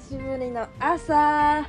しぶりの朝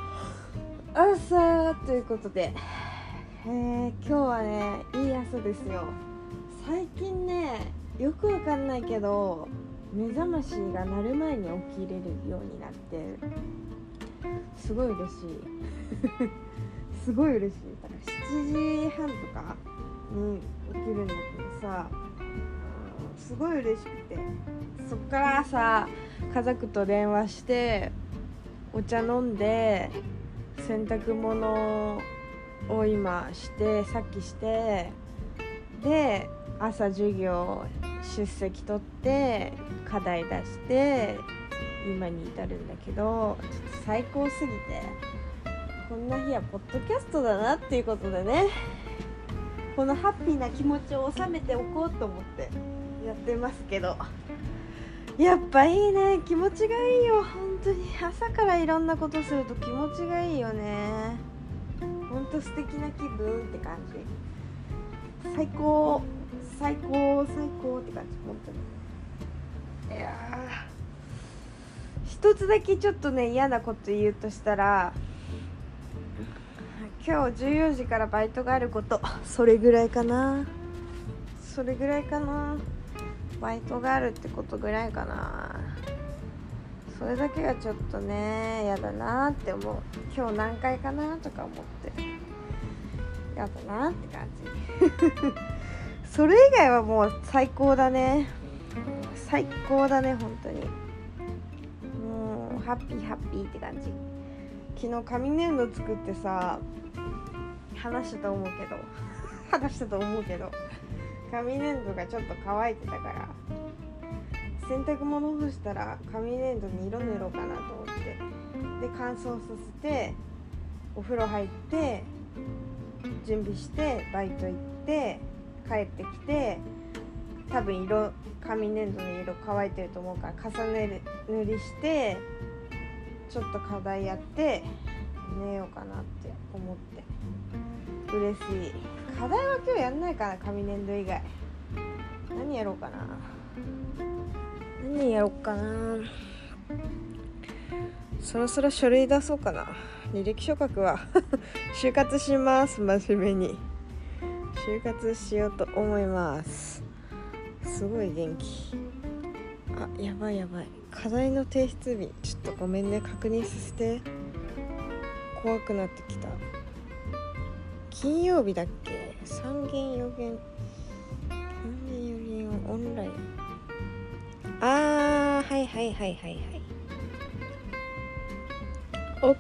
ということで、今日はねいい朝ですよ。最近ねよくわかんないけど目覚ましが鳴る前に起きれるようになってすごい嬉しいすごい嬉しい。だから7時半とかに起きるんだけどさ、すごい嬉しくて、そっから朝家族と電話してお茶飲んで洗濯物を今してさっきしてで朝授業出席取って課題出して今に至るんだけど、ちょっと最高すぎてこんな日はポッドキャストだなっていうことでね、このハッピーな気持ちを収めておこうと思ってやってますけど、やっぱいいね、気持ちがいいよ。本当に朝からいろんなことすると気持ちがいいよね。本当素敵な気分って感じ。最高って感じ、本当に。いや一つだけちょっとね嫌なこと言うとしたら、今日14時からバイトがあること、それぐらいかな。バイトがあるってことぐらいかな。それだけがちょっとねやだなって思う。今日何回かなとか思ってやだなって感じそれ以外はもう最高だね本当に。もうハッピーって感じ。昨日紙粘土作ってさ、話したと思うけど紙粘土がちょっと乾いてたから洗濯物干したら紙粘土に色塗ろうかなと思って、で乾燥させてお風呂入って準備してバイト行って帰ってきて、多分紙粘土の色乾いてると思うから重ね塗りしてちょっと課題やって寝ようかなって思って嬉しい。課題は今日やんないかな。紙粘土以外何やろうかな。そろそろ書類出そうかな。履歴書書くわ就活します。真面目に就活しようと思います。すごい元気。やばい課題の提出日ちょっとごめんね、確認させて。怖くなってきた。金曜日だっけ。3限4限オンライン。はいオッ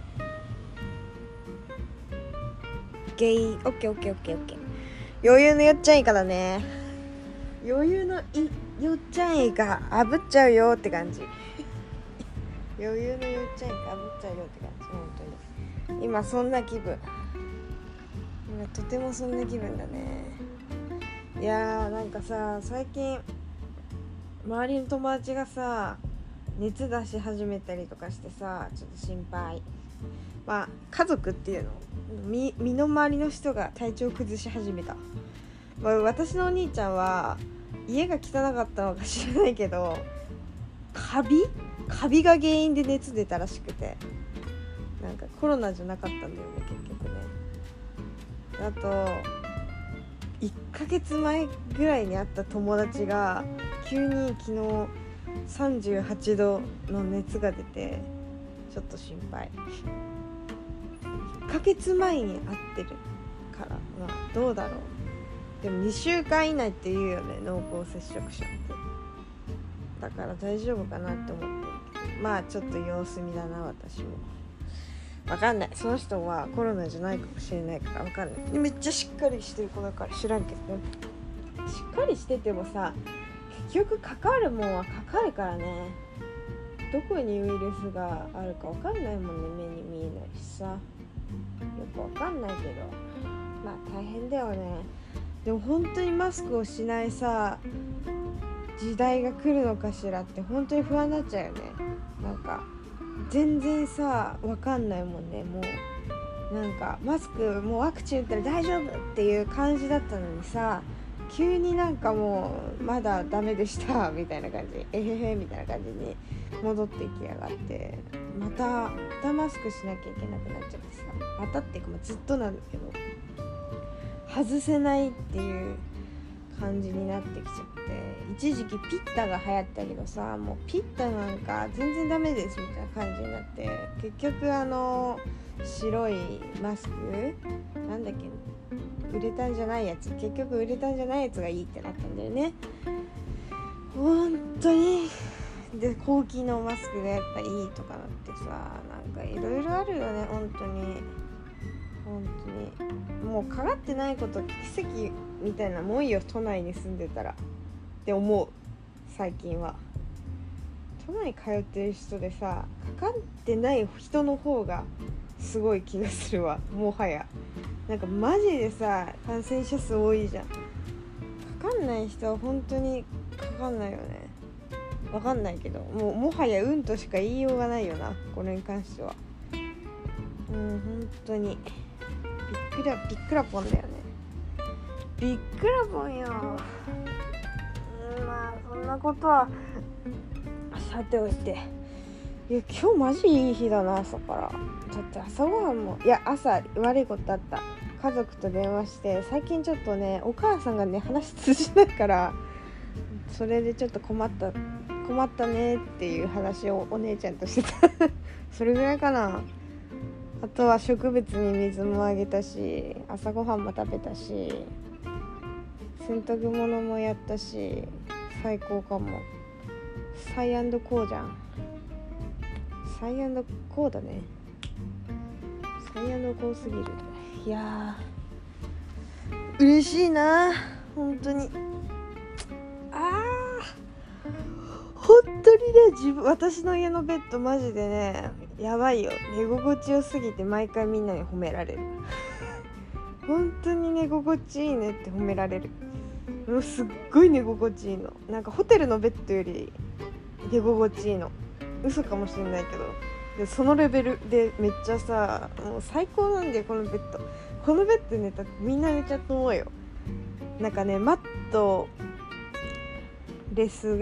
ケー。余裕のよっちゃんいかだね。余裕のよっちゃんいかあぶっちゃうよって感じ余裕のよっちゃんいかあぶっちゃうよって感じ。本当に今そんな気分。今とてもそんな気分だね。いやなんかさ、最近周りの友達がさ熱出し始めたりとかしてさ、ちょっと心配。家族っていうの身の回りの人が体調崩し始めた。私のお兄ちゃんは家が汚かったのか知らないけどカビが原因で熱出たらしくて、なんかコロナじゃなかったんだよね結局ね。あと1ヶ月前ぐらいに会った友達が急に昨日38度の熱が出てちょっと心配。1ヶ月前に会ってるからどうだろう。でも2週間以内って言うよね、濃厚接触者って。だから大丈夫かなって思ってるけど、ちょっと様子見だな。私も分かんない。その人はコロナじゃないかもしれないから分かんない。めっちゃしっかりしてる子だから知らんけど、しっかりしててもさ結局かかるもんはかかるからね。どこにウイルスがあるか分かんないもんね。目に見えないしさ、よく分かんないけど大変だよね。でも本当にマスクをしないさ時代が来るのかしらって本当に不安になっちゃうよね。なんか全然さ分かんないもんね。もうなんかマスクもうワクチン打ったら大丈夫っていう感じだったのにさ、 急になんかもうまだダメでしたみたいな感じ、えへへみたいな感じに戻ってきやがって、またマスクしなきゃいけなくなっちゃってさ、またっていうかもうずっとなんだけど外せないっていう感じになってきちゃって、一時期ピッタが流行ったけどさ、もうピッタなんか全然ダメですみたいな感じになって、結局白いマスクなんだっけ、ウレタンじゃないやつ、結局ウレタンじゃないやつがいいってなったんだよね、本当に。で高機能マスクがやっぱいいとかなってさ、なんかいろいろあるよね、本当にもうかかってないこと奇跡みたいなもんよ、都内に住んでたらって思う。最近は都内通ってる人でさ、かかってない人の方がすごい気がするわ。もはやなんかマジでさ、感染者数多いじゃん。かかんない人は本当にかかんないよね。わかんないけど、もはやとしか言いようがないよな、これに関しては。本当にびっくらぽんだよね。びっくらぽんよ。まあそんなことはさておいて、いや今日マジいい日だな、朝から。だって朝ごはんも、いや朝悪いことあった。家族と電話して、最近ちょっとねお母さんがね話通じないから、それでちょっと困ったねっていう話をお姉ちゃんとしてたそれぐらいかな。あとは植物に水もあげたし、朝ごはんも食べたし、洗濯物もやったし、最高かも。サイ&コーじゃん。サイ&コーだね。サイ&コーすぎる。いやー嬉しいな、本当に。本当にね、私の家のベッドマジでねやばいよ。寝心地よすぎて毎回みんなに褒められる本当に寝心地いいねって褒められる。もうすっごい寝心地いいの。なんかホテルのベッドより寝心地いいの。嘘かもしれないけど、でそのレベルでめっちゃさ、もう最高なんだよこのベッド。このベッド寝たらみんな寝ちゃうと思うよ。なんかねマットレス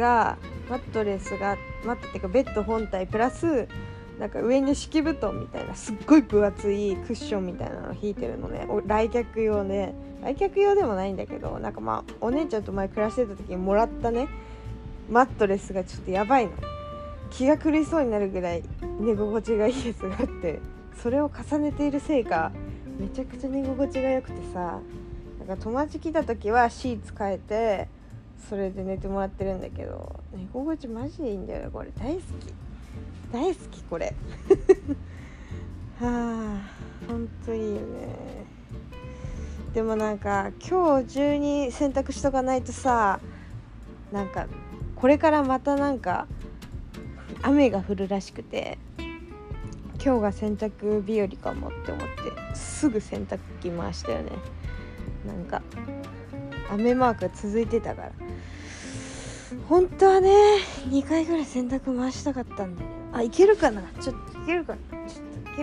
っていうかベッド本体プラスなんか上に敷布団みたいなすっごい分厚いクッションみたいなの引いてるのね。来客用でもないんだけど、なんかまあお姉ちゃんと前暮らしてた時にもらったねマットレスがちょっとやばいの。気が狂いそうになるぐらい寝心地がいいやつがあって、それを重ねているせいかめちゃくちゃ寝心地が良くてさ、なんか友達来た時はシーツ変えてそれで寝てもらってるんだけど、寝心地マジでいいんだよ。これ大好きこれはあ、ほんといいよね。でもなんか今日中に洗濯しとかないとさ、なんかこれからまたなんか雨が降るらしくて、今日が洗濯日和かもって思ってすぐ洗濯機回したよね。なんか雨マークが続いてたから、本当はね2回ぐらい洗濯回したかったんだよ。いけるかな、ちょっといけるかもしれない。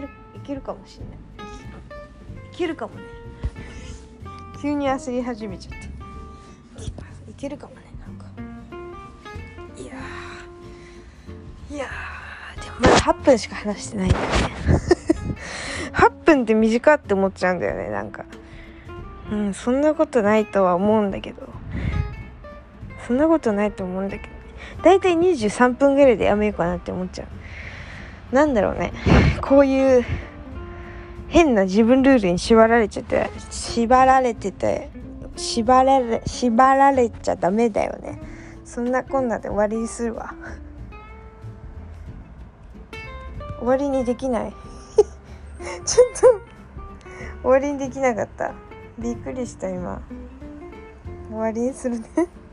いけるかもね。急に焦り始めちゃった。いけるかもね。なんかいやでもまだ8分しか話してないんだよね8分って短って思っちゃうんだよね。なんかそんなことないとは思うんだけど、だいたい23分ぐらいでやめようかなって思っちゃう。なんだろうね、こういう変な自分ルールに縛られちゃダメだよね。そんなこんなで終わりにするわ。終わりにできないちょっと終わりにできなかった。びっくりした今。終わりにするね